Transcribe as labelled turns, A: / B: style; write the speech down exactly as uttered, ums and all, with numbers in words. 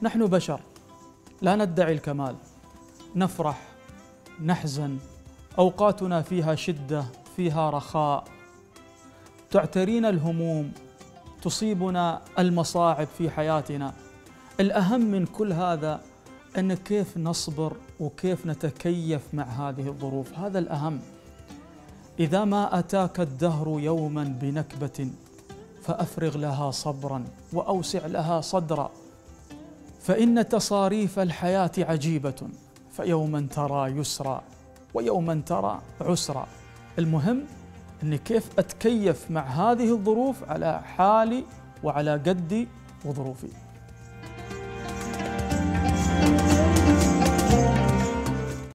A: نحن بشر لا ندعي الكمال، نفرح، نحزن، أوقاتنا فيها شدة، فيها رخاء، تعترينا الهموم، تصيبنا المصاعب في حياتنا. الأهم من كل هذا أن كيف نصبر وكيف نتكيف مع هذه الظروف، هذا الأهم. إذا ما أتاك الدهر يوما بنكبة فأفرغ لها صبرا وأوسع لها صدرا، فإن تصاريف الحياة عجيبة، فيوما ترى يسرا ويوما ترى عسرا. المهم أني كيف أتكيف مع هذه الظروف على حالي وعلى قدي وظروفي.